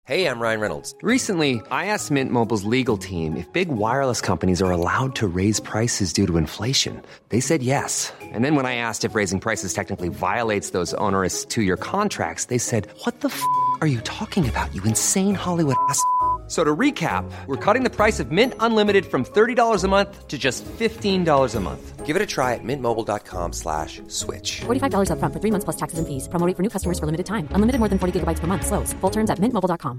Hey, I'm Ryan Reynolds. Recently, I asked Mint Mobile's legal team if big wireless companies are allowed to raise prices due to inflation. They said yes. And then when I asked if raising prices technically violates those onerous two-year contracts, they said, "What the f*** are you talking about, you insane Hollywood ass?" So to recap, we're cutting the price of Mint Unlimited from $30 a month to just $15 a month. Give it a try at mintmobile.com/switch. $45 up front for 3 months plus taxes and fees. Promo rate for new customers for limited time. Unlimited more than 40 gigabytes per month. Slows full terms at mintmobile.com.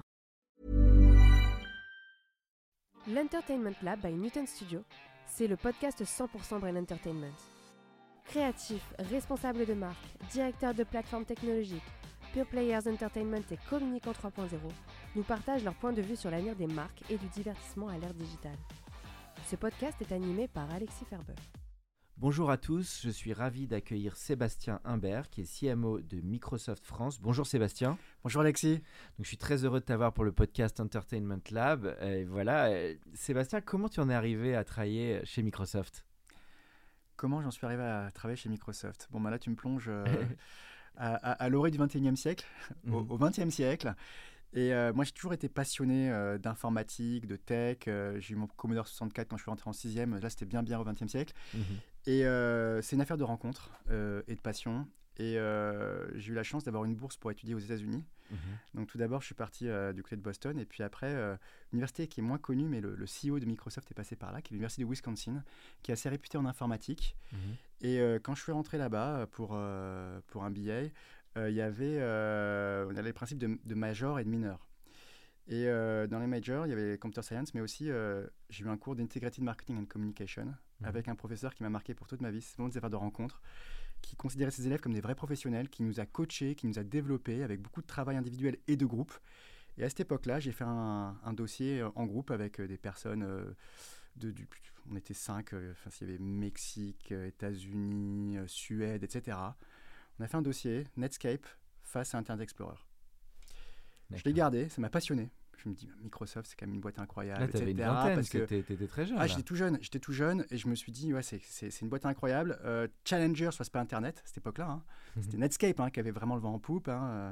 L'Entertainment Lab by Newton Studio, c'est le podcast 100% Brain Entertainment. Créatifs, responsables de marque, directeurs de plateformes technologiques, Pure Players Entertainment et Communicant 3.0 nous partagent leur point de vue sur l'avenir des marques et du divertissement à l'ère digitale. Ce podcast est animé par Alexis Ferber. Bonjour à tous, je suis ravi d'accueillir Sébastien Imbert qui est CMO de Microsoft France. Bonjour Sébastien. Bonjour Alexis. Donc, je suis très heureux de t'avoir pour le podcast Entertainment Lab. Sébastien, comment tu en es arrivé à travailler chez Microsoft ? Comment j'en suis arrivé à travailler chez Microsoft ? Bon, là tu me plonges à l'orée du 21e siècle, au 20e siècle. Et moi, j'ai toujours été passionné d'informatique, de tech. J'ai eu mon Commodore 64 quand je suis rentré en 6e. Là, c'était bien au 20e siècle. Et c'est une affaire de rencontre et de passion. Et j'ai eu la chance d'avoir une bourse pour étudier aux États-Unis. Donc, tout d'abord, je suis parti du côté de Boston. Et puis après, l'université qui est moins connue, mais le CEO de Microsoft est passé par là, qui est l'université de Wisconsin, qui est assez réputée en informatique. Et quand je suis rentré là-bas pour un BA, on avait les principes de major et de mineur. Et dans les majors, il y avait computer science, mais aussi j'ai eu un cours d'integrated marketing and communication avec un professeur qui m'a marqué pour toute ma vie. C'est vraiment des affaires de rencontre, qui considérait ses élèves comme des vrais professionnels, qui nous a coachés, qui nous a développés avec beaucoup de travail individuel et de groupe. Et à cette époque-là, j'ai fait un dossier en groupe avec des personnes on était 5, il y avait Mexique, États-Unis, Suède, etc. On a fait un dossier, Netscape, face à Internet Explorer. D'accord. Je l'ai gardé, ça m'a passionné. Je me dis, Microsoft, c'est quand même une boîte incroyable, là, t'avais etc. Une vingtaine, parce que t'étais très jeune. J'étais tout jeune et je me suis dit, ouais, c'est une boîte incroyable. Challenger, soit c'est pas Internet, à cette époque-là. C'était Netscape qui avait vraiment le vent en poupe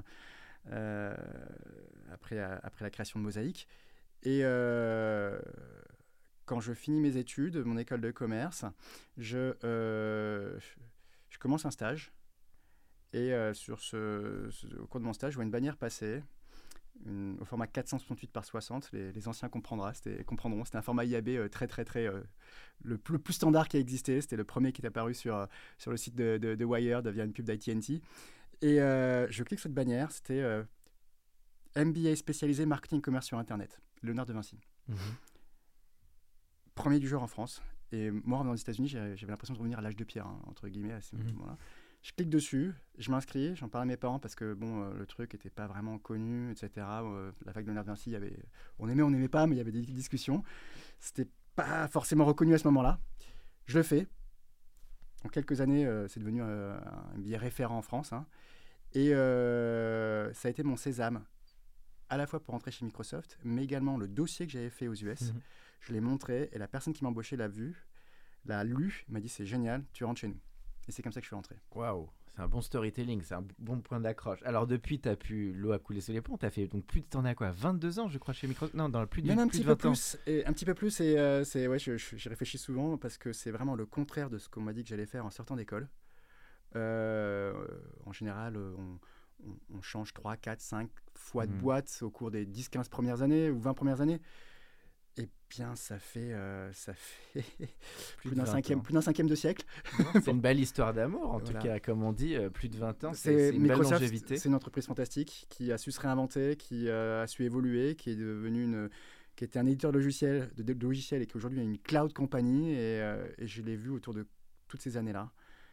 après la création de Mosaic. Et quand je finis mes études, mon école de commerce, je commence un stage. Et au cours de mon stage, je vois une bannière passer, au format 468 par 60. Les anciens comprendront. C'était un format IAB très, très, très... le plus standard qui a existé. C'était le premier qui est apparu sur le site de Wired via une pub d'AT&T. Et je clique sur cette bannière. C'était MBA spécialisé marketing commerce sur Internet. Léonard de Vinci. Premier du genre en France. Et moi, en venant aux États-Unis, j'avais l'impression de revenir à l'âge de pierre, entre guillemets, à ce moment-là. Je clique dessus, je m'inscris, j'en parle à mes parents parce que le truc n'était pas vraiment connu, etc. La fac de Léonard de Vinci, on aimait pas, mais il y avait des discussions. C'était pas forcément reconnu à ce moment-là. Je le fais. En quelques années, c'est devenu un billet référent en France. Et ça a été mon sésame, à la fois pour entrer chez Microsoft, mais également le dossier que j'avais fait aux US. Je l'ai montré et la personne qui m'a embauché l'a vu, l'a lu, m'a dit c'est génial, tu rentres chez nous. Et c'est comme ça que je suis rentré. Waouh, c'est un bon storytelling, c'est un bon point d'accroche. Alors depuis, l'eau a coulé sous les ponts, t'as fait donc t'en as quoi, 22 ans je crois chez Microsoft. Non, dans plus de 20 ans. Un petit peu plus et j'y réfléchis souvent parce que c'est vraiment le contraire de ce qu'on m'a dit que j'allais faire en sortant d'école. En général, on change 3, 4, 5 fois de boîte au cours des 10-15 premières années ou 20 premières années. Eh bien, ça fait plus d'un cinquième de siècle. C'est une belle histoire d'amour, en tout cas, comme on dit, plus de 20 ans, c'est une belle longévité. C'est une entreprise fantastique qui a su se réinventer, qui a su évoluer, qui est devenue qui était un éditeur de logiciels et qui aujourd'hui est une cloud company. Et je l'ai vu autour de toutes ces années-là.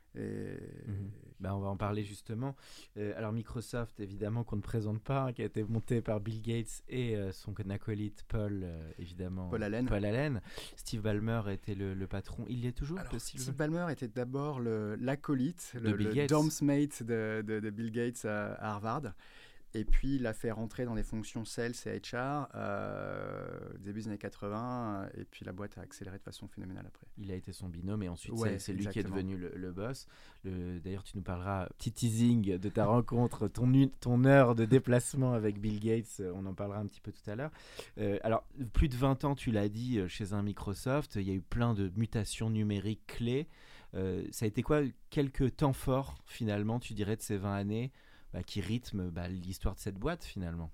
On va en parler justement. Alors Microsoft, évidemment, qu'on ne présente pas, qui a été monté par Bill Gates et son acolyte Paul Allen. Steve Ballmer était le patron. Il y est toujours. Steve Ballmer était d'abord l'acolyte, le dormsmate de Bill Gates à Harvard. Et puis, il l'a fait rentrer dans les fonctions sales et HR début des années 80. Et puis, la boîte a accéléré de façon phénoménale après. Il a été son binôme et ensuite, c'est lui qui est devenu le boss. D'ailleurs, tu nous parleras, petit teasing de ta rencontre, ton heure de déplacement avec Bill Gates. On en parlera un petit peu tout à l'heure. Alors, plus de 20 ans, tu l'as dit, chez un Microsoft. Il y a eu plein de mutations numériques clés. Ça a été quoi quelques temps forts, finalement, tu dirais, de ces 20 années qui rythme l'histoire de cette boîte finalement.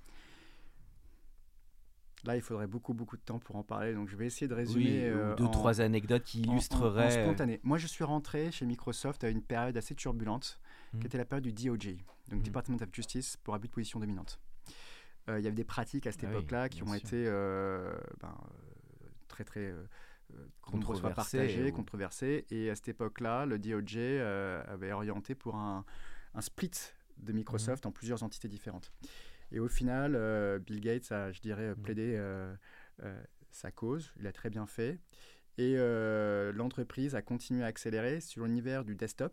Là, il faudrait beaucoup de temps pour en parler, donc je vais essayer de résumer. Trois anecdotes qui illustreraient. En spontané. Moi, je suis rentré chez Microsoft à une période assez turbulente, qui était la période du DOJ, donc Department of Justice, pour abus de position dominante. Il y avait des pratiques à cette époque-là qui ont été très controversées, et à cette époque-là, le DOJ avait orienté pour un split de Microsoft en plusieurs entités différentes. Et au final, Bill Gates a, je dirais, plaidé sa cause. Il a très bien fait. Et l'entreprise a continué à accélérer sur l'univers du desktop,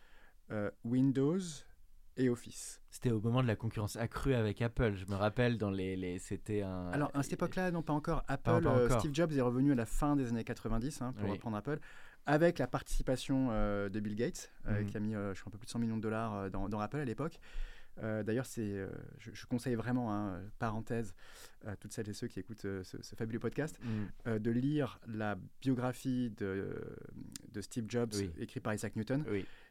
Windows et Office. C'était au moment de la concurrence accrue avec Apple. Je me rappelle, c'était un... Alors, à cette époque-là, non, pas encore. Apple, pas encore. Steve Jobs est revenu à la fin des années 90 pour reprendre Apple, avec la participation de Bill Gates, qui a mis, je crois, un peu plus de $100 millions dans Apple à l'époque. D'ailleurs, je conseille vraiment, parenthèse, à toutes celles et ceux qui écoutent ce fabuleux podcast, de lire la biographie de Steve Jobs, écrite par Isaac Newton.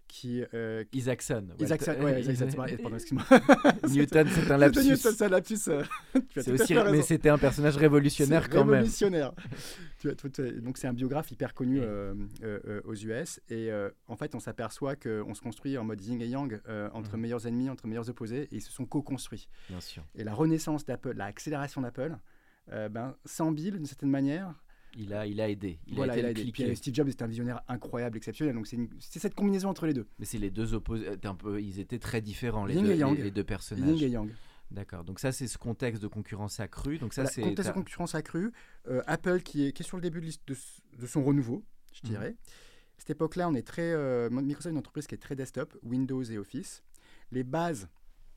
Isaacson. Isaacson, pardon, excuse-moi. Newton, c'est un lapsus. Newton, c'est un lapsus. Mais c'était un personnage révolutionnaire quand même. Révolutionnaire. Donc, c'est un biographe hyper connu aux US. Et en fait, on s'aperçoit qu'on se construit en mode yin et yang, entre meilleurs ennemis, entre meilleurs opposés, et ils se sont co-construits. Bien sûr. Et la renaissance d'Apple, l'accélération d'Apple, sans Bill, d'une certaine manière, il a aidé. Il a aidé. Puis Steve Jobs était un visionnaire incroyable, exceptionnel. Donc c'est cette combinaison entre les deux. Mais c'est les deux opposés. Ils étaient très différents, les deux personnages. Yin et yang. D'accord. Donc ça, c'est ce contexte de concurrence accrue. Donc ça, c'est contexte de concurrence accrue. Apple qui est sur le début de son renouveau, je dirais. À cette époque-là, on est Microsoft est une entreprise qui est très desktop, Windows et Office. Les bases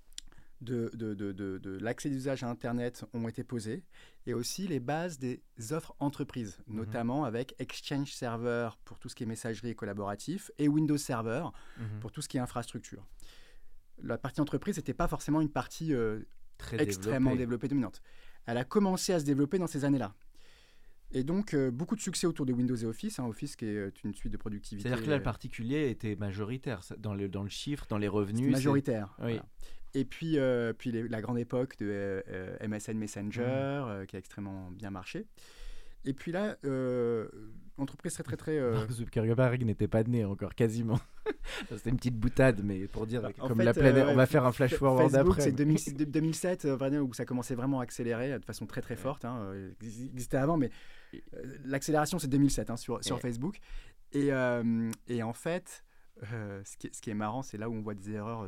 de l'accès d'usage à Internet ont été posées, et aussi les bases des offres entreprises, notamment avec Exchange Server pour tout ce qui est messagerie et collaboratif, et Windows Server pour tout ce qui est infrastructure. La partie entreprise n'était pas forcément une partie extrêmement développée, dominante. Elle a commencé à se développer dans ces années-là. Et donc, beaucoup de succès autour de Windows et Office. Office qui est une suite de productivité. C'est-à-dire que là, le particulier était majoritaire dans le chiffre, dans les revenus. C'est majoritaire. Oui. Voilà. Et puis la grande époque de MSN Messenger, qui a extrêmement bien marché. Et puis là, entreprise très... Mark Zuckerberg n'était pas né encore, quasiment. C'était une petite boutade, mais pour dire, la planète, on va faire un flash forward après. C'est 2007, où ça commençait vraiment à accélérer de façon très forte. Il existait avant, mais l'accélération, c'est 2007 sur Facebook. Et en fait, ce qui est marrant, c'est là où on voit des erreurs.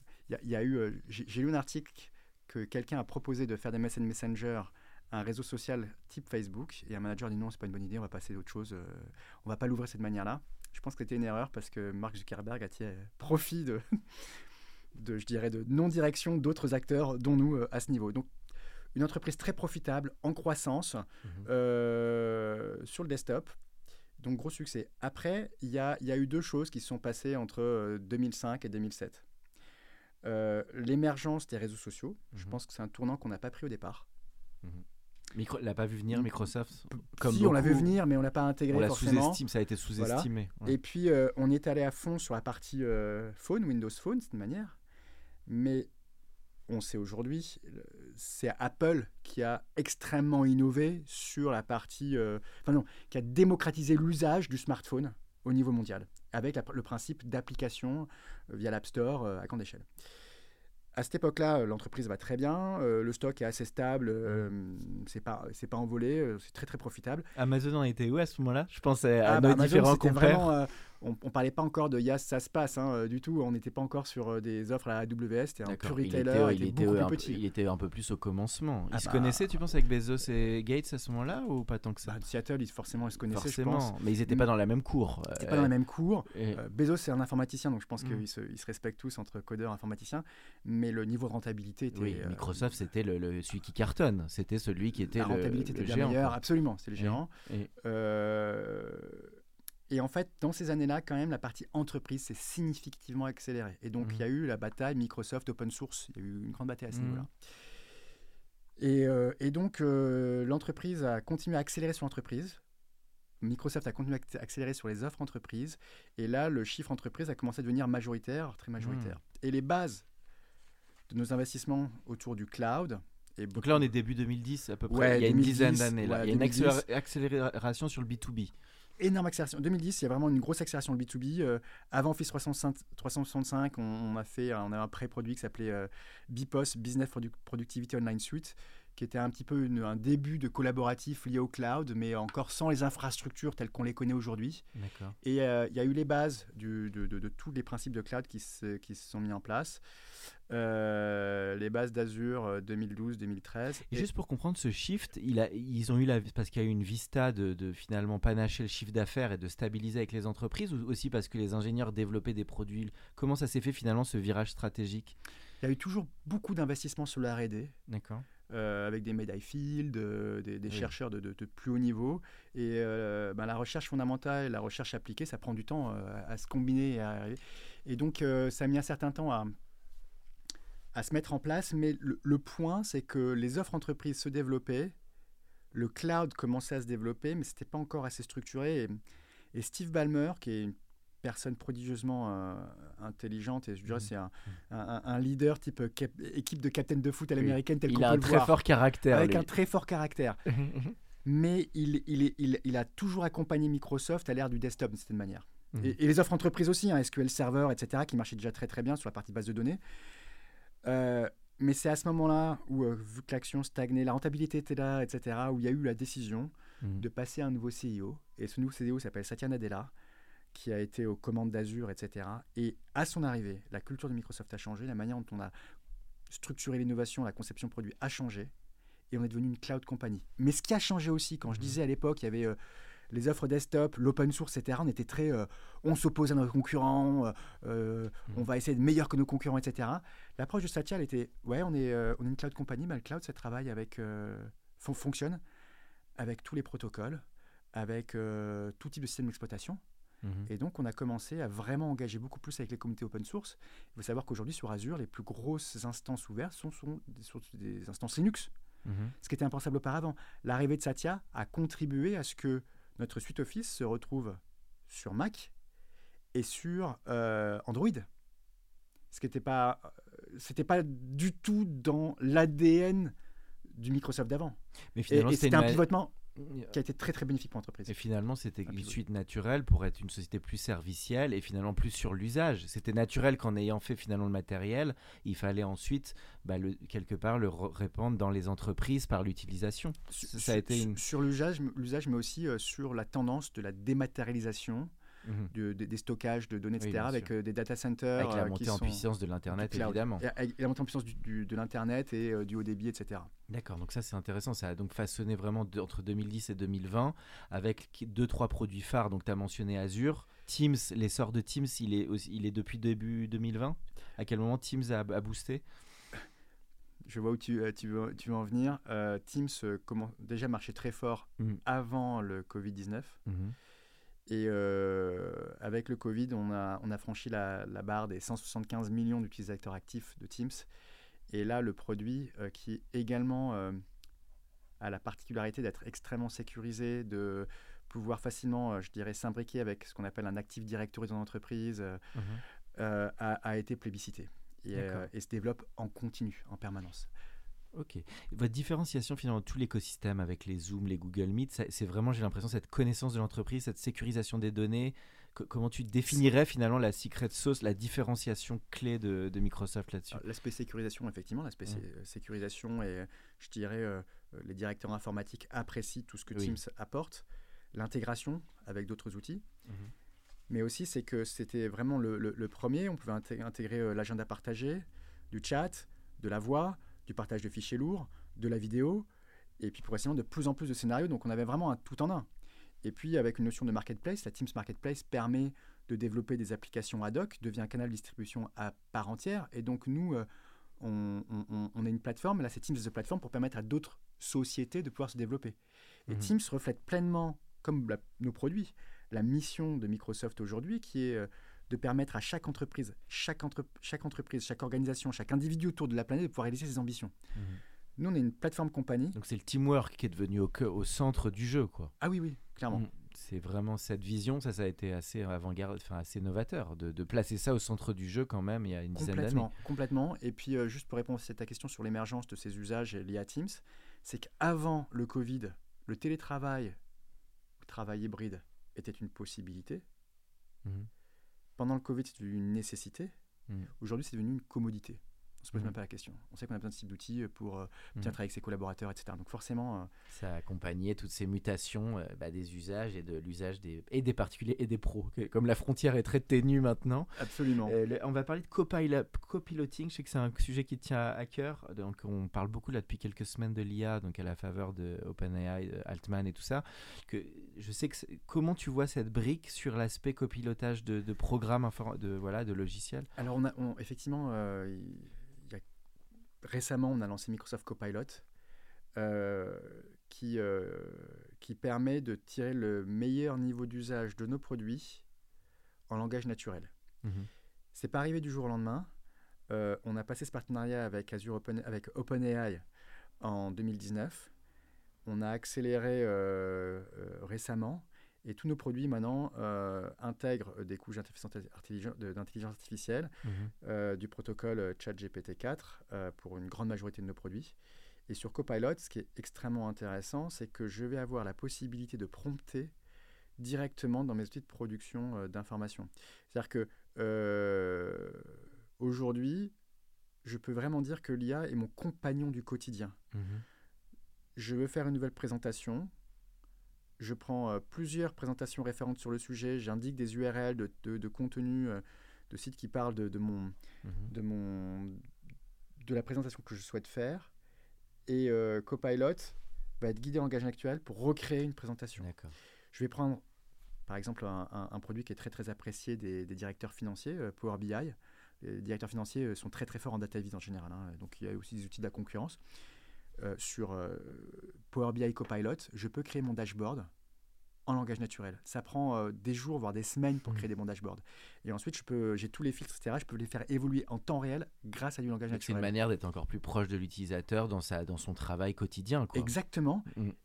J'ai lu un article que quelqu'un a proposé de faire des MSN Messenger un réseau social type Facebook, et un manager dit non, c'est pas une bonne idée, on va passer à autre chose, on va pas l'ouvrir de cette manière-là. Je pense que c'était une erreur parce que Mark Zuckerberg a tiré profit de non-direction d'autres acteurs, dont nous, à ce niveau. Donc, une entreprise très profitable, en croissance, sur le desktop. Donc, gros succès. Après, il y a eu deux choses qui se sont passées entre 2005 et 2007. L'émergence des réseaux sociaux, je pense que c'est un tournant qu'on n'a pas pris au départ. L'a pas vu venir, Microsoft on l'a vu venir, mais on l'a pas intégré forcément. Sous-estime, ça a été sous-estimé. Voilà. Et puis on est allé à fond sur la partie phone, Windows Phone, c'est une manière. Mais on sait aujourd'hui, c'est Apple qui a extrêmement innové sur la partie, qui a démocratisé l'usage du smartphone au niveau mondial, avec le principe d'application via l'App Store à grande échelle. À cette époque-là, l'entreprise va très bien, le stock est assez stable, c'est pas envolé, c'est très très profitable. Amazon en était où à ce moment-là ? Je pensais à nos différents compères. on parlait pas encore de IaaS, ça se passe du tout. On n'était pas encore sur des offres à la AWS. C'était un pur retailer. Il était beaucoup plus petit. Il était un peu plus au commencement. Ils se connaissaient, tu penses, avec Bezos et Gates à ce moment-là ou pas tant que ça? Seattle, forcément, ils se connaissaient, je pense. Mais ils n'étaient pas dans la même cour. Ils n'étaient pas dans la même cour. Bezos, c'est un informaticien, donc je pense qu'ils se respectent tous entre codeurs et informaticiens. Mais le niveau de rentabilité était... Oui, Microsoft, c'était celui qui cartonne. C'était celui qui était la rentabilité était bien meilleure, absolument. C'est le géant. Et en fait, dans ces années-là, quand même, la partie entreprise s'est significativement accélérée. Et donc, il y a eu la bataille Microsoft open source. Il y a eu une grande bataille à ce niveau-là. Et donc, l'entreprise a continué à accélérer sur l'entreprise. Microsoft a continué à accélérer sur les offres entreprises. Et là, le chiffre entreprise a commencé à devenir majoritaire, très majoritaire. Et les bases de nos investissements autour du cloud... Donc là, on est début 2010 à peu près. Il y a une dizaine d'années. Là. Il y a une accélération sur le B2B. Énorme accélération. En 2010, il y a vraiment une grosse accélération de B2B. Avant Office 365, on a un pré-produit qui s'appelait BPOS, Business Productivity Online Suite, qui était un petit peu un début de collaboratif lié au cloud, mais encore sans les infrastructures telles qu'on les connaît aujourd'hui. D'accord. Et il y a eu les bases de tous les principes de cloud qui se sont mis en place. Les bases d'Azure 2012-2013. Et juste pour comprendre ce shift, ils ont eu parce qu'il y a eu une vista de finalement panacher le chiffre d'affaires et de stabiliser avec les entreprises, ou aussi parce que les ingénieurs développaient des produits. Comment ça s'est fait finalement ce virage stratégique? Il y a eu toujours beaucoup d'investissements sur la R&D. D'accord. Avec des médailles Field, des chercheurs de plus haut niveau. Et la recherche fondamentale et la recherche appliquée, ça prend du temps à se combiner et à arriver. Et donc, ça a mis un certain temps à se mettre en place. Mais le point, c'est que les offres entreprises se développaient, le cloud commençait à se développer, mais ce n'était pas encore assez structuré. Et Steve Ballmer, qui est une personne prodigieusement intelligente, et je dirais c'est un leader type équipe de captain de foot à l'américaine, tel qu'on peut le voir. Il a un très fort caractère. Avec un très fort caractère. Mais il a toujours accompagné Microsoft à l'ère du desktop d'une certaine manière. Et les offres entreprises aussi, SQL Server, etc., qui marchaient déjà très très bien sur la partie base de données. Mais c'est à ce moment-là où, vu que l'action stagnait, la rentabilité était là, etc., où il y a eu la décision de passer à un nouveau CEO. Et ce nouveau CEO s'appelle Satya Nadella, qui a été aux commandes d'Azure, etc. Et à son arrivée, la culture de Microsoft a changé, la manière dont on a structuré l'innovation, la conception produit a changé, et on est devenu une cloud company. Mais ce qui a changé aussi, quand je disais à l'époque, il y avait les offres desktop, l'open source, etc. On était très, on s'oppose à nos concurrents, on va essayer de meilleur que nos concurrents, etc. L'approche de Satya, elle était, on est une cloud company, mais le cloud, ça travaille avec, fonctionne avec tous les protocoles, avec tout type de système d'exploitation. Et donc, on a commencé à vraiment engager beaucoup plus avec les communautés open source. Il faut savoir qu'aujourd'hui, sur Azure, les plus grosses instances ouvertes sont des instances Linux, ce qui était impensable auparavant. L'arrivée de Satya a contribué à ce que notre suite Office se retrouve sur Mac et sur Android. Ce qui n'était pas du tout dans l'ADN du Microsoft d'avant. Mais finalement, c'était un pivotement qui a été très très bénéfique pour l'entreprise. Et finalement, c'était une suite naturelle pour être une société plus servicielle et finalement plus sur l'usage. C'était naturel qu'en ayant fait finalement le matériel, il fallait ensuite quelque part le répandre dans les entreprises par l'utilisation. Ça a été sur l'usage, mais aussi sur la tendance de la dématérialisation. Des stockages de données, etc., avec des data centers. Avec la montée en puissance de l'Internet, évidemment. Et la montée en puissance de l'Internet et du haut débit, etc. D'accord, donc ça c'est intéressant. Ça a donc façonné vraiment entre 2010 et 2020 avec 2-3 produits phares. Donc tu as mentionné Azure. Teams, l'essor de Teams, il est depuis début 2020. À quel moment Teams a boosté ? Je vois où tu veux en venir. Teams déjà marchait très fort avant le Covid-19. Et avec le Covid, on a franchi la barre des 175 millions d'utilisateurs actifs de Teams. Et là, le produit qui également a la particularité d'être extrêmement sécurisé, de pouvoir facilement, je dirais, s'imbriquer avec ce qu'on appelle un Active Directory dans l'entreprise, a été plébiscité et se développe en continu, en permanence. Ok. Votre différenciation finalement de tout l'écosystème avec les Zoom, les Google Meet, c'est vraiment, j'ai l'impression, cette connaissance de l'entreprise, cette sécurisation des données. Comment tu définirais finalement la secret sauce, la différenciation clé de Microsoft là-dessus ? L'aspect sécurisation, effectivement, sécurisation et je dirais les directeurs informatiques apprécient tout ce que Teams apporte. L'intégration avec d'autres outils. Mais aussi, c'est que c'était vraiment le premier. On pouvait intégrer l'agenda partagé, du chat, de la voix, du partage de fichiers lourds, de la vidéo, et puis progressivement de plus en plus de scénarios. Donc on avait vraiment un tout en un. Et puis avec une notion de marketplace, la Teams Marketplace permet de développer des applications ad hoc, devient un canal de distribution à part entière. Et donc nous, on est une plateforme, là c'est Teams de plateforme pour permettre à d'autres sociétés de pouvoir se développer. Et Teams reflète pleinement, comme nos produits, la mission de Microsoft aujourd'hui qui est de permettre à chaque entreprise, chaque organisation, chaque individu autour de la planète de pouvoir réaliser ses ambitions. Nous, on est une plateforme compagnie. Donc c'est le teamwork qui est devenu au centre du jeu, quoi. Ah oui, clairement. C'est vraiment cette vision, ça a été assez avant-garde, assez novateur, de placer ça au centre du jeu quand même il y a une dizaine d'années. Complètement. Et puis juste pour répondre à ta question sur l'émergence de ces usages liés à Teams, c'est qu'avant le Covid, le télétravail, le travail hybride était une possibilité. Pendant le Covid, c'est devenu une nécessité. Aujourd'hui, c'est devenu une commodité. On ne se pose même pas la question. On sait qu'on a besoin de ce type d'outils pour bien travailler avec ses collaborateurs, etc. Donc forcément... ça a accompagné toutes ces mutations des usages et de l'usage des particuliers et des pros. Comme la frontière est très ténue maintenant. Absolument. On va parler de copiloting. Je sais que c'est un sujet qui tient à cœur. Donc on parle beaucoup là depuis quelques semaines de l'IA, donc à la faveur de OpenAI, Altman et tout ça. Je sais que comment tu vois cette brique sur l'aspect copilotage de programmes, de logiciels? Alors effectivement... Récemment, on a lancé Microsoft Copilot qui permet de tirer le meilleur niveau d'usage de nos produits en langage naturel. C'est pas arrivé du jour au lendemain. On a passé ce partenariat avec OpenAI en 2019. On a accéléré récemment. Et tous nos produits, maintenant, intègrent des couches d'intelligence artificielle, du protocole ChatGPT-4 pour une grande majorité de nos produits. Et sur Copilot, ce qui est extrêmement intéressant, c'est que je vais avoir la possibilité de prompter directement dans mes outils de production d'informations. C'est-à-dire que aujourd'hui, je peux vraiment dire que l'IA est mon compagnon du quotidien. Je veux faire une nouvelle présentation. Je prends plusieurs présentations référentes sur le sujet. J'indique des URL de contenu de sites qui parlent de la présentation que je souhaite faire. Et Copilot va être guidé en langage actuel pour recréer une présentation. D'accord. Je vais prendre, par exemple, un produit qui est très, très apprécié des directeurs financiers, Power BI. Les directeurs financiers sont très, très forts en data viz en général. Donc, il y a aussi des outils de la concurrence. Sur Power BI Copilot, je peux créer mon dashboard en langage naturel. Ça prend des jours, voire des semaines pour créer des bons dashboards. Et ensuite, j'ai tous les filtres, etc. Je peux les faire évoluer en temps réel grâce à du langage naturel. C'est une manière d'être encore plus proche de l'utilisateur dans son travail quotidien, quoi. Exactement.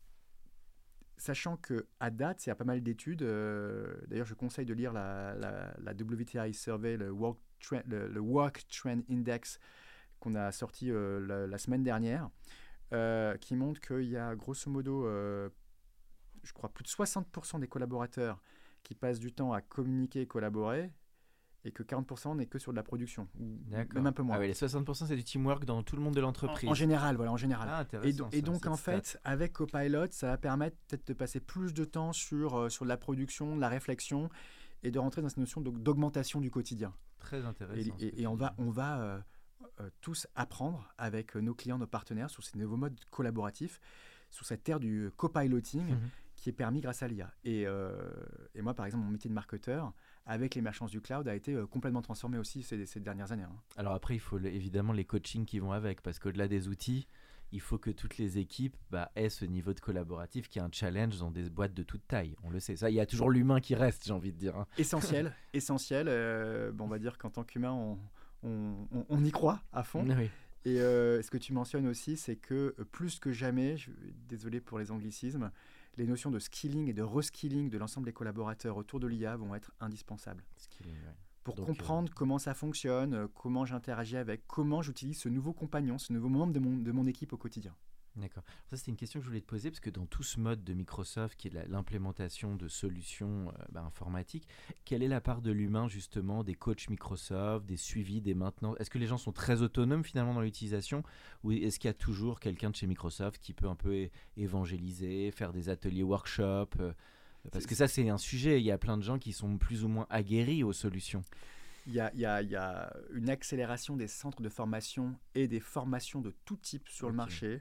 Sachant qu'à date, il y a pas mal d'études. D'ailleurs, je conseille de lire la WTI Survey, le Work Trend Index qu'on a sorti la semaine dernière. Qui montre qu'il y a grosso modo, je crois, plus de 60% des collaborateurs qui passent du temps à communiquer et collaborer, et que 40% n'est que sur de la production, ou même un peu moins. Ah oui, les 60% c'est du teamwork dans tout le monde de l'entreprise. En général, voilà, en général. Ah, intéressant, et donc, en fait, avec Copilot, ça va permettre peut-être de passer plus de temps sur de la production, de la réflexion, et de rentrer dans cette notion d'augmentation du quotidien. Très intéressant. Et on va tous apprendre avec nos clients, nos partenaires sur ces nouveaux modes collaboratifs, sur cette ère du copiloting qui est permis grâce à l'IA. Et moi, par exemple, mon métier de marketeur, avec l'émergence du cloud, a été complètement transformé aussi ces dernières années. Alors après, il faut évidemment les coachings qui vont avec, parce qu'au-delà des outils, il faut que toutes les équipes aient ce niveau de collaboratif qui est un challenge dans des boîtes de toute taille. On le sait. Ça, il y a toujours l'humain qui reste, j'ai envie de dire. Essentiel. On va dire qu'en tant qu'humain, on y croit à fond. Oui. Et ce que tu mentionnes aussi, c'est que plus que jamais, désolé pour les anglicismes, les notions de skilling et de reskilling de l'ensemble des collaborateurs autour de l'IA vont être indispensables. Pour comprendre comment ça fonctionne, comment j'interagis avec, comment j'utilise ce nouveau compagnon, ce nouveau membre de mon équipe au quotidien. D'accord. Ça, c'était une question que je voulais te poser, parce que dans tout ce mode de Microsoft, qui est l'implémentation de solutions informatiques, quelle est la part de l'humain, justement, des coachs Microsoft, des suivis, des maintenances? Est-ce que les gens sont très autonomes, finalement, dans l'utilisation, ou est-ce qu'il y a toujours quelqu'un de chez Microsoft qui peut un peu évangéliser, faire des ateliers workshops Parce que ça, c'est un sujet. Il y a plein de gens qui sont plus ou moins aguerris aux solutions. Il y a une accélération des centres de formation et des formations de tout type sur le marché,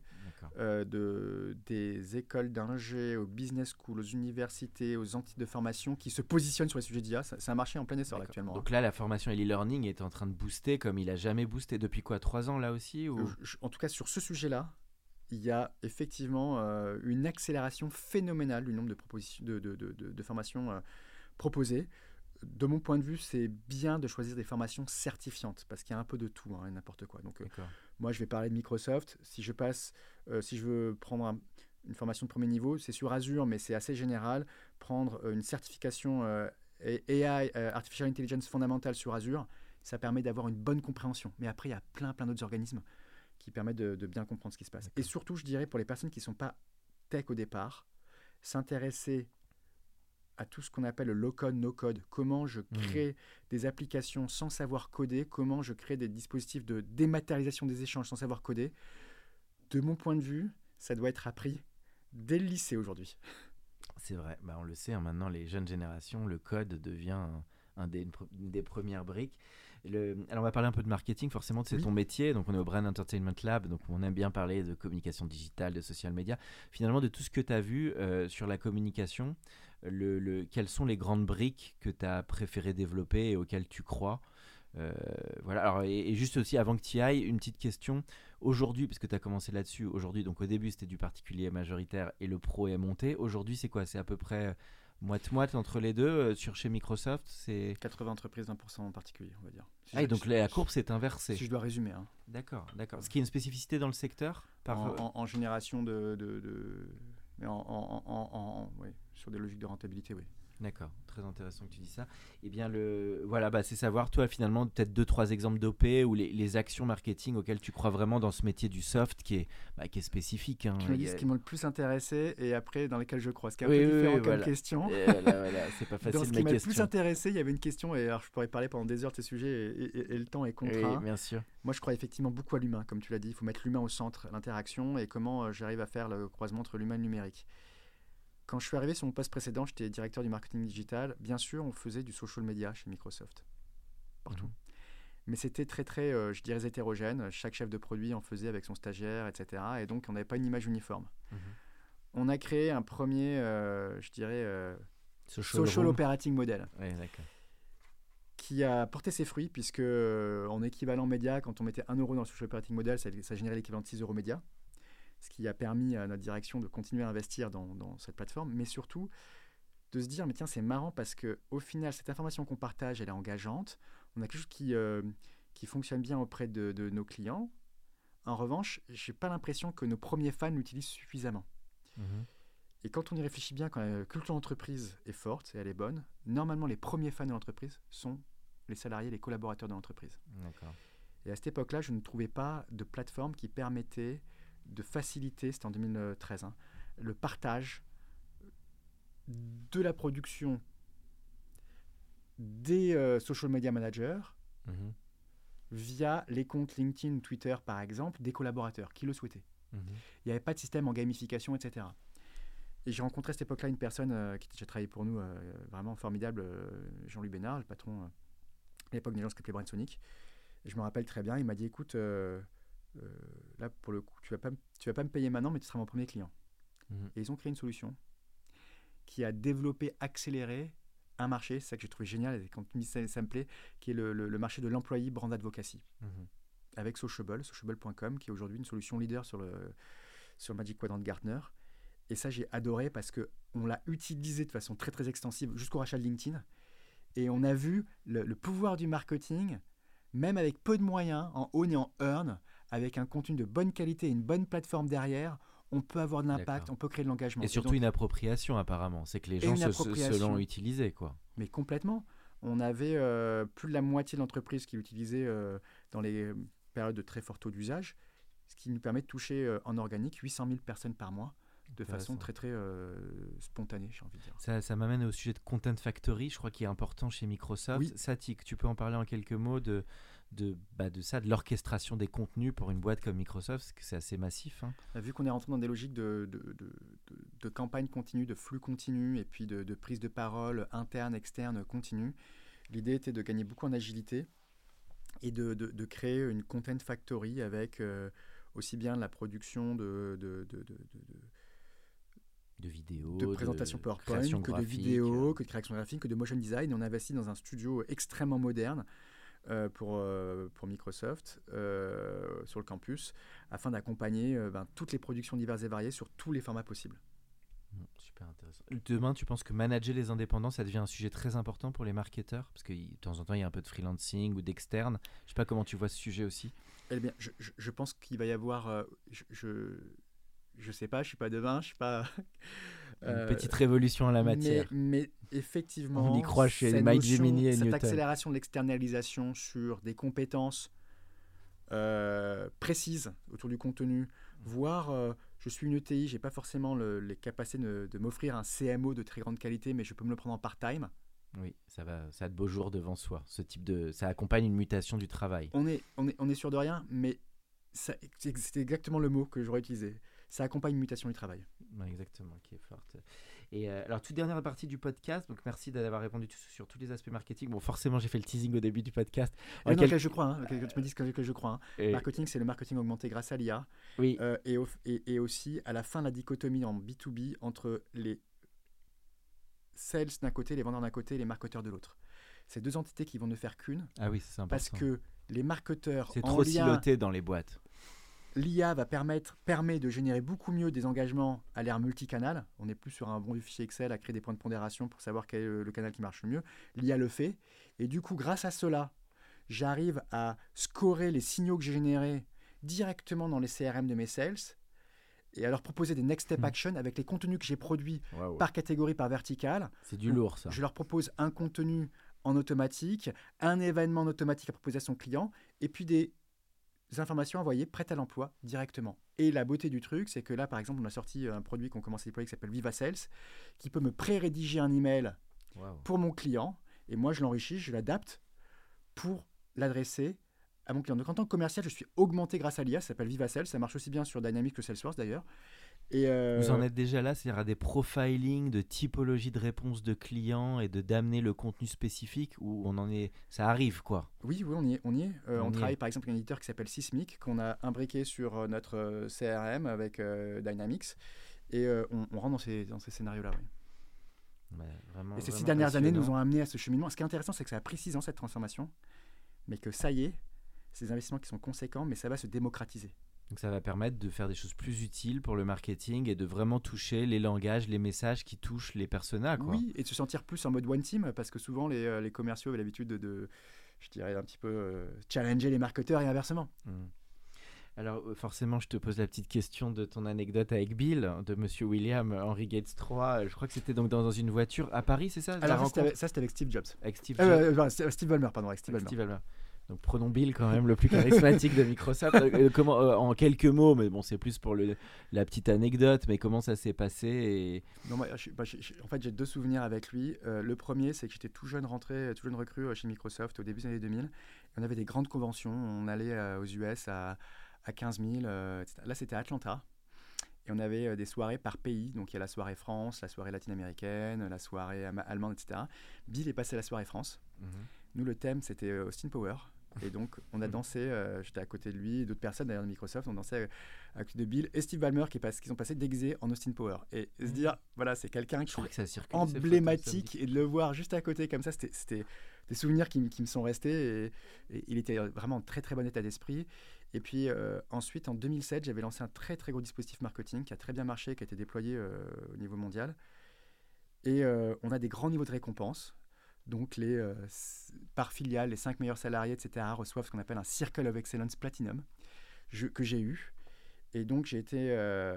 des écoles d'ingé, aux business schools, aux universités, aux entités de formation qui se positionnent sur les sujets d'IA. C'est un marché en plein essor actuellement. Donc là, la formation et l'e-learning est en train de booster comme il n'a jamais boosté depuis quoi, 3 ans là aussi ou... En tout cas, sur ce sujet-là, il y a effectivement une accélération phénoménale du nombre de propositions de formations proposées. De mon point de vue, c'est bien de choisir des formations certifiantes parce qu'il y a un peu de tout, n'importe quoi. Donc, moi, je vais parler de Microsoft. Si je veux prendre une formation de premier niveau, c'est sur Azure, mais c'est assez général. Prendre une certification AI, Artificial Intelligence fondamentale sur Azure, ça permet d'avoir une bonne compréhension. Mais après, il y a plein d'autres organismes qui permettent de bien comprendre ce qui se passe. Et surtout, je dirais, pour les personnes qui ne sont pas tech au départ, s'intéresser à tout ce qu'on appelle le low-code, no-code. Comment je crée des applications sans savoir coder, comment je crée des dispositifs de dématérialisation des échanges sans savoir coder. De mon point de vue, ça doit être appris dès le lycée aujourd'hui. C'est vrai, on le sait, maintenant les jeunes générations, le code devient une des premières briques. Alors on va parler un peu de marketing, forcément c'est ton métier, donc on est au Brand Entertainment Lab, donc on aime bien parler de communication digitale, de social media, finalement de tout ce que tu as vu sur la communication, quelles sont les grandes briques que tu as préféré développer et auxquelles tu crois. Voilà. Alors, et juste aussi avant que tu y ailles, une petite question aujourd'hui, parce que tu as commencé là-dessus aujourd'hui, donc au début c'était du particulier majoritaire et le pro est monté, aujourd'hui c'est quoi, c'est à peu près moite-moite entre les deux sur chez Microsoft, c'est 80 entreprises, 20% en particulier, on va dire. Donc la courbe s'est inversée. Si je dois résumer. D'accord. Ce qui est une spécificité dans le secteur en génération sur des logiques de rentabilité, oui. D'accord, très intéressant que tu dis ça. Eh bien, c'est savoir, toi, finalement, peut-être 2-3 exemples d'OP ou les actions marketing auxquelles tu crois vraiment dans ce métier du soft qui est spécifique. Tu me dis ce qui m'a le plus intéressé et après dans lesquels je crois. Ce qui est un peu différent comme question. C'est pas facile. Dans ce qui m'a le plus intéressé, il y avait une question, et alors je pourrais parler pendant des heures de ces sujets et le temps est contraint. Oui, bien sûr. Moi, je crois effectivement beaucoup à l'humain, comme tu l'as dit. Il faut mettre l'humain au centre, l'interaction, et comment j'arrive à faire le croisement entre l'humain et le numérique. Quand je suis arrivé sur mon poste précédent, j'étais directeur du marketing digital. Bien sûr, on faisait du social media chez Microsoft, partout. Mais c'était très, très, je dirais, hétérogène. Chaque chef de produit en faisait avec son stagiaire, etc. Et donc, on n'avait pas une image uniforme. On a créé un premier, social operating model, qui a porté ses fruits, puisque en équivalent média, quand on mettait 1 euro dans le social operating model, ça générait l'équivalent de 6 euros média. Ce qui a permis à notre direction de continuer à investir dans cette plateforme, mais surtout de se dire, mais tiens, c'est marrant parce qu'au final, cette information qu'on partage, elle est engageante. On a quelque chose qui fonctionne bien auprès de nos clients. En revanche, je n'ai pas l'impression que nos premiers fans l'utilisent suffisamment. Et quand on y réfléchit bien, quand la culture d'entreprise est forte et elle est bonne, normalement, les premiers fans de l'entreprise sont les salariés, les collaborateurs de l'entreprise. D'accord. Et à cette époque-là, je ne trouvais pas de plateforme qui permettait de faciliter, c'était en 2013, le partage de la production des social media managers via les comptes LinkedIn ou Twitter, par exemple, des collaborateurs qui le souhaitaient. Il n'y avait pas de système en gamification, etc. Et j'ai rencontré à cette époque-là une personne qui a déjà travaillé pour nous, vraiment formidable, Jean-Louis Bénard, le patron à l'époque des gens qui s'appelaient Brainsonic. Et je me rappelle très bien, il m'a dit, écoute, là, pour le coup, tu vas pas me payer maintenant, mais tu seras mon premier client. Et ils ont créé une solution qui a développé, accéléré un marché, c'est ça que j'ai trouvé génial, et quand tu me dis ça me plaît, qui est le marché de l'employee brand advocacy. Avec sociable.com, qui est aujourd'hui une solution leader sur le Magic Quadrant de Gartner. Et ça, j'ai adoré parce qu'on l'a utilisé de façon très, très extensive jusqu'au rachat de LinkedIn. Et on a vu le pouvoir du marketing, même avec peu de moyens, en own et en earn, avec un contenu de bonne qualité et une bonne plateforme derrière, on peut avoir de l'impact, on peut créer de l'engagement. Et surtout une appropriation apparemment, c'est que les gens se l'ont utilisé, quoi. Mais complètement. On avait plus de la moitié de l'entreprise qui l'utilisait dans les périodes de très fort taux d'usage, ce qui nous permet de toucher en organique 800 000 personnes par mois de façon très très spontanée, j'ai envie de dire. Ça m'amène au sujet de Content Factory, je crois qu'il est important chez Microsoft. Oui. Satik, tu peux en parler en quelques mots de l'orchestration des contenus pour une boîte comme Microsoft, parce que c'est assez massif. Vu qu'on est rentré dans des logiques campagne continue, de flux continu et puis de prise de parole interne, externe, continue. L'idée était de gagner beaucoup en agilité et de créer une content factory avec aussi bien la production de vidéos, de présentation PowerPoint, que de vidéos, que de création graphique, que de motion design. Et on a investi dans un studio extrêmement moderne pour Microsoft sur le campus afin d'accompagner toutes les productions diverses et variées sur tous les formats possibles. Super intéressant. Demain, tu penses que manager les indépendants, ça devient un sujet très important pour les marketeurs? Parce que de temps en temps, il y a un peu de freelancing ou d'externe. Je ne sais pas comment tu vois ce sujet aussi. Eh bien, je pense qu'il va y avoir... Je sais pas, je suis pas devin, je suis pas... Une petite révolution en la matière. Mais effectivement, on y croit chez MyGemini et Newton. Cette accélération de l'externalisation sur des compétences précises autour du contenu, voire je suis une ETI, j'ai pas forcément les capacités de m'offrir un CMO de très grande qualité, mais je peux me le prendre en part-time. Oui, ça a de beaux jours devant soi. Ça accompagne une mutation du travail. On est sûr de rien, mais c'est exactement le mot que j'aurais utilisé. Ça accompagne une mutation du travail. Ouais, exactement, qui est forte. Et alors, toute dernière partie du podcast, donc merci d'avoir répondu sur tous les aspects marketing. Bon, forcément, j'ai fait le teasing au début du podcast. Je crois, que tu me dises que je crois. Marketing, c'est le marketing augmenté grâce à l'IA. Oui. Et aussi, à la fin, la dichotomie en B2B entre les sales d'un côté, les vendeurs d'un côté et les marketeurs de l'autre. C'est deux entités qui vont ne faire qu'une. Ah oui, c'est important. Parce que les marketeurs... C'est trop siloté dans les boîtes. L'IA permet de générer beaucoup mieux des engagements à l'ère multicanal. On n'est plus sur un bon fichier Excel à créer des points de pondération pour savoir quel est le canal qui marche le mieux. L'IA le fait. Et du coup, grâce à cela, j'arrive à scorer les signaux que j'ai générés directement dans les CRM de mes sales et à leur proposer des next step action avec les contenus que j'ai produits par catégorie, par verticale. C'est du lourd, ça. Je leur propose un contenu en automatique, un événement en automatique à proposer à son client et puis des informations envoyées prêtes à l'emploi directement. Et la beauté du truc, c'est que là, par exemple, on a sorti un produit qu'on commence à déployer qui s'appelle Viva Sales, qui peut me pré-rédiger un email pour mon client. Et moi, je l'enrichis, je l'adapte pour l'adresser à mon client. Donc, en tant que commercial, je suis augmenté grâce à l'IA. Ça s'appelle Viva Sales. Ça marche aussi bien sur Dynamics que Salesforce, d'ailleurs. Et vous en êtes déjà là, c'est-à-dire à des profiling de typologie de réponse de clients et d'amener le contenu spécifique où on en est, ça arrive quoi. Oui, on y est. On travaille par exemple avec un éditeur qui s'appelle Sysmic qu'on a imbriqué sur notre CRM avec Dynamics et on rentre dans ces scénarios-là. Oui. Vraiment, et ces 6 dernières années nous ont amené à ce cheminement. Ce qui est intéressant, c'est que ça a pris 6 ans cette transformation, mais que ça y est, c'est des investissements qui sont conséquents, mais ça va se démocratiser. Donc ça va permettre de faire des choses plus utiles pour le marketing et de vraiment toucher les langages, les messages qui touchent les personas. Quoi. Oui, et de se sentir plus en mode one team, parce que souvent les commerciaux avaient l'habitude de je dirais, un petit peu challenger les marketeurs et inversement. Alors forcément, je te pose la petite question de ton anecdote avec Bill, de Monsieur William Henry Gates III. Je crois que c'était donc dans une voiture à Paris, c'est ça? Alors c'était avec Steve Jobs. Avec Steve Jobs. Steve Ballmer, pardon, avec Steve Ballmer. Donc prenons Bill quand même, le plus charismatique de Microsoft. En quelques mots, mais bon, c'est plus pour la petite anecdote, mais comment ça s'est passé Non, moi, en fait, j'ai 2 souvenirs avec lui. Le premier, c'est que j'étais tout jeune recrue chez Microsoft au début des années 2000. Et on avait des grandes conventions. On allait aux US à 15 000. Etc. Là, c'était à Atlanta. Et on avait des soirées par pays. Donc, il y a la soirée France, la soirée latine-américaine, la soirée allemande, etc. Bill est passé à la soirée France. Nous, le thème, c'était Austin Power. Et donc, on a dansé, j'étais à côté de lui, et d'autres personnes d'ailleurs de Microsoft, on dansait à côté de Bill et Steve Ballmer qui sont passés déguisés en Austin Power. Et se dire, voilà, c'est quelqu'un qui est emblématique, et de le voir juste à côté comme ça, c'était des souvenirs qui me sont restés. Et il était vraiment en très très bon état d'esprit. Et puis ensuite, en 2007, j'avais lancé un très très gros dispositif marketing qui a très bien marché, qui a été déployé au niveau mondial. Et on a des grands niveaux de récompense. Donc, par filiale, les 5 meilleurs salariés, etc., reçoivent ce qu'on appelle un Circle of Excellence Platinum, que j'ai eu. Et donc, j'ai été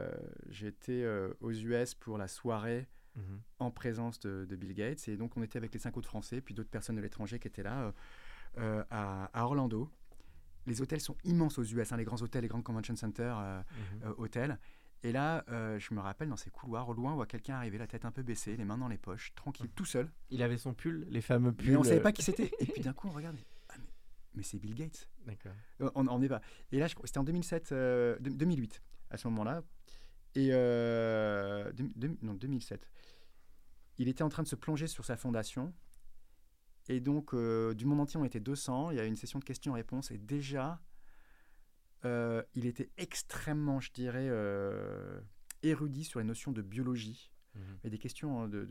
aux US pour la soirée en présence de Bill Gates. Et donc, on était avec les 5 autres Français, puis d'autres personnes de l'étranger qui étaient là, à Orlando. Les hôtels sont immenses aux US, les grands hôtels, les grands convention centers, hôtels. Et là, je me rappelle dans ces couloirs, au loin, on voit quelqu'un arriver, la tête un peu baissée, les mains dans les poches, tranquille, tout seul. Il avait son pull, les fameux pulls. Mais on ne savait pas qui c'était. Et puis d'un coup, on regarde. Mais c'est Bill Gates. D'accord. On n'est pas. Et là, c'était en 2008, à ce moment-là. Et 2007. Il était en train de se plonger sur sa fondation. Et donc, du monde entier, on était 200. Il y a une session de questions-réponses. Et déjà, il était extrêmement, je dirais, érudit sur les notions de biologie. Et des questions de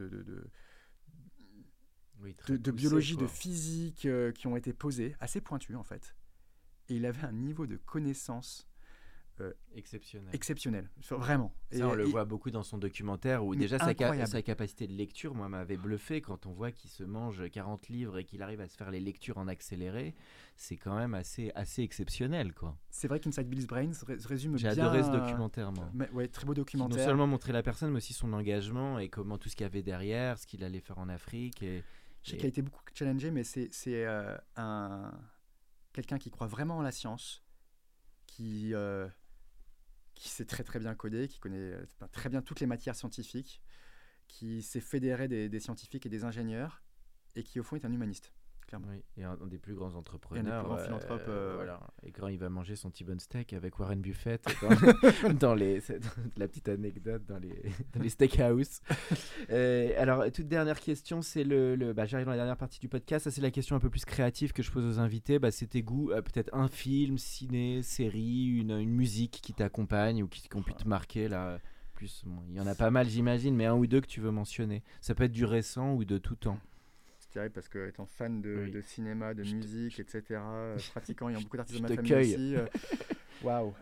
biologie, de physique qui ont été posées, assez pointues, en fait. Et il avait un niveau de connaissance exceptionnel, vraiment. Ça, on le voit beaucoup dans son documentaire où déjà sa capacité de lecture, moi, m'avait bluffé quand on voit qu'il se mange 40 livres et qu'il arrive à se faire les lectures en accéléré. C'est quand même assez exceptionnel, quoi. C'est vrai qu'Inside Bill's Brains résume J'ai bien... adoré ce documentaire, moi. Ouais, très beau documentaire. Non seulement montrer la personne, mais aussi son engagement et comment tout ce qu'il y avait derrière, ce qu'il allait faire en Afrique. Je sais qu'il a été beaucoup challengé, mais c'est quelqu'un qui croit vraiment en la science, qui sait très très bien coder, qui connaît très bien toutes les matières scientifiques, qui sait fédérer des scientifiques et des ingénieurs, et qui au fond est un humaniste, clairement. Oui, et un des plus grands entrepreneurs. Et un des plus grands philanthropes. Voilà. Et quand il va manger son T-bone steak avec Warren Buffett, dans la petite anecdote dans les steakhouse. Alors, toute dernière question, c'est j'arrive dans la dernière partie du podcast. Ça, c'est la question un peu plus créative que je pose aux invités. C'est tes goûts, peut-être un film, ciné, série, une musique qui t'accompagne ou qui ont pu te marquer là. Plus, il y en a pas mal, j'imagine, mais un ou deux que tu veux mentionner. Ça peut être du récent ou de tout temps. Parce que étant fan de cinéma, de musique, etc., pratiquant, ayant beaucoup d'artistes de ma famille aussi. Waouh.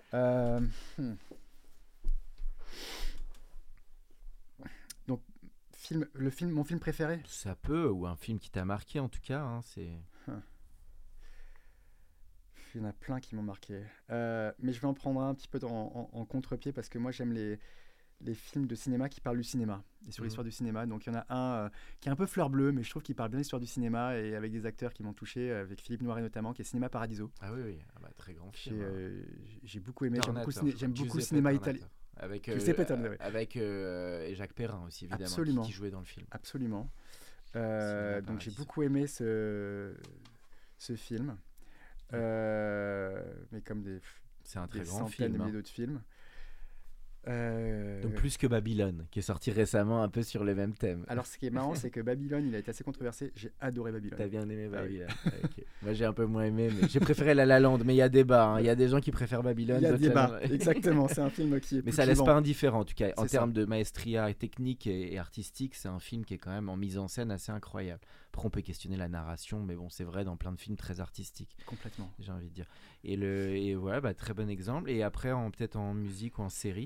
Donc, mon film préféré ? Ça peut, ou un film qui t'a marqué en tout cas. Il y en a plein qui m'ont marqué. Mais je vais en prendre un petit peu en contre-pied parce que moi j'aime les films de cinéma qui parlent du cinéma et sur l'histoire du cinéma. Donc il y en a un qui est un peu fleur bleue, mais je trouve qu'il parle bien de l'histoire du cinéma et avec des acteurs qui m'ont touché, avec Philippe Noiret notamment, qui est Cinéma Paradiso. Ah oui, très grand film. J'ai beaucoup aimé, j'aime beaucoup le cinéma italien. Avec Jacques Perrin aussi, évidemment, absolument, qui jouait dans le film. Absolument. Donc j'ai beaucoup aimé ce film. Mais comme c'est un très grand centaines film, de milliers d'autres films. Donc plus que Babylone, qui est sorti récemment un peu sur le même thème. Alors ce qui est marrant, c'est que Babylone, il a été assez controversé. J'ai adoré Babylone. T'as bien aimé Babylone. Okay. Moi j'ai un peu moins aimé, mais j'ai préféré La La Land. Mais il y a débat. Il y a des gens qui préfèrent Babylone. Il y a débat. Exactement. C'est un film qui est. Mais ça laisse pas indifférent en tout cas. En termes de maestria et technique et artistique, c'est un film qui est quand même en mise en scène assez incroyable. Après on peut questionner la narration, mais bon c'est vrai dans plein de films très artistiques. Complètement. J'ai envie de dire. Et voilà, très bon exemple. Et après peut-être en musique ou en série.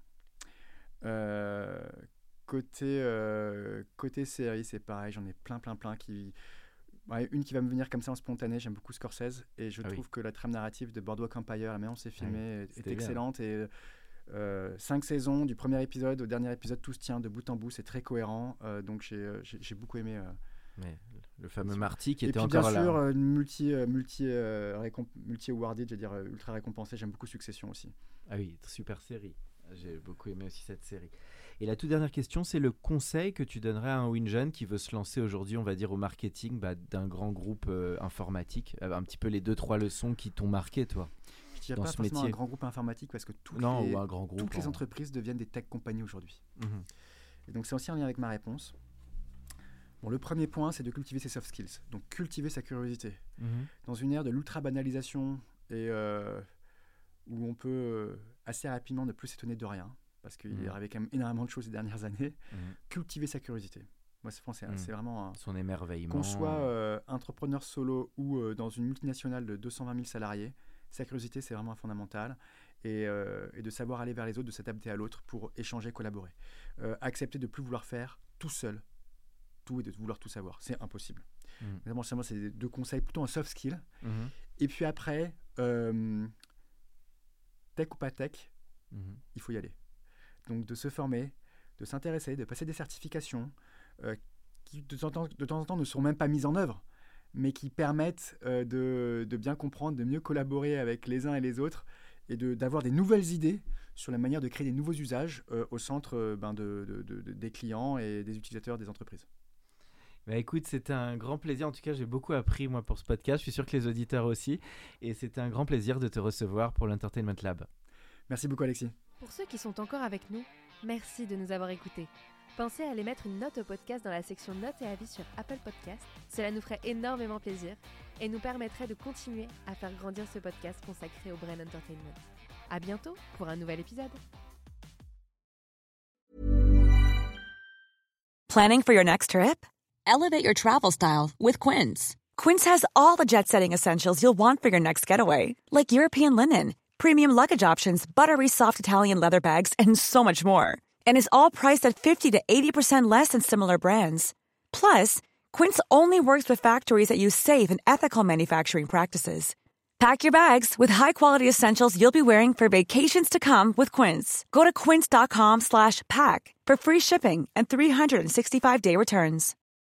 Côté série, c'est pareil, j'en ai plein une qui va me venir comme ça en spontané. J'aime beaucoup Scorsese et je trouve que la trame narrative de Boardwalk Empire, la manière dont c'est filmé, est excellente. Et 5 saisons, du premier épisode au dernier épisode, tout se tient de bout en bout, c'est très cohérent. Donc j'ai beaucoup aimé. Le fameux Marty qui et était puis, encore là. Et puis bien sûr, multi-awarded, je veux dire ultra récompensé. J'aime beaucoup Succession aussi. Ah oui, super série. J'ai beaucoup aimé aussi cette série. Et la toute dernière question, c'est le conseil que tu donnerais à un ou une jeune qui veut se lancer aujourd'hui, on va dire, au marketing d'un grand groupe informatique. Un petit peu les 2-3 leçons qui t'ont marqué, toi, je dirais pas forcément un grand groupe informatique parce que toutes les entreprises deviennent des tech compagnies aujourd'hui. Et donc c'est aussi en lien avec ma réponse. Bon, le premier point, c'est de cultiver ses soft skills. Donc cultiver sa curiosité. Dans une ère de l'ultra-banalisation et où on peut assez rapidement ne plus s'étonner de rien, parce qu'il y avait quand même énormément de choses ces dernières années, cultiver sa curiosité. Moi, c'est vraiment son émerveillement. Qu'on soit entrepreneur solo ou dans une multinationale de 220 000 salariés, sa curiosité, c'est vraiment fondamental. Et de savoir aller vers les autres, de s'adapter à l'autre pour échanger, collaborer. Accepter de ne plus vouloir faire tout seul tout et de vouloir tout savoir. C'est impossible. Moi, c'est 2 conseils, plutôt un soft skill. Et puis après, tech ou pas tech, il faut y aller. Donc de se former, de s'intéresser, de passer des certifications qui de temps en temps ne sont même pas mises en œuvre, mais qui permettent de bien comprendre, de mieux collaborer avec les uns et les autres et d'avoir des nouvelles idées sur la manière de créer des nouveaux usages au centre des clients et des utilisateurs des entreprises. Écoute, c'était un grand plaisir. En tout cas, j'ai beaucoup appris moi pour ce podcast. Je suis sûr que les auditeurs aussi. Et c'était un grand plaisir de te recevoir pour l'Entertainment Lab. Merci beaucoup, Alexis. Pour ceux qui sont encore avec nous, merci de nous avoir écoutés. Pensez à aller mettre une note au podcast dans la section notes et avis sur Apple Podcasts. Cela nous ferait énormément plaisir et nous permettrait de continuer à faire grandir ce podcast consacré au Brain Entertainment. À bientôt pour un nouvel épisode. Planning for your next trip? Elevate your travel style with Quince. Quince has all the jet-setting essentials you'll want for your next getaway, like European linen, premium luggage options, buttery soft Italian leather bags, and so much more. And is all priced at 50 to 80% less than similar brands. Plus, Quince only works with factories that use safe and ethical manufacturing practices. Pack your bags with high-quality essentials you'll be wearing for vacations to come with Quince. Go to quince.com/pack for free shipping and 365-day returns.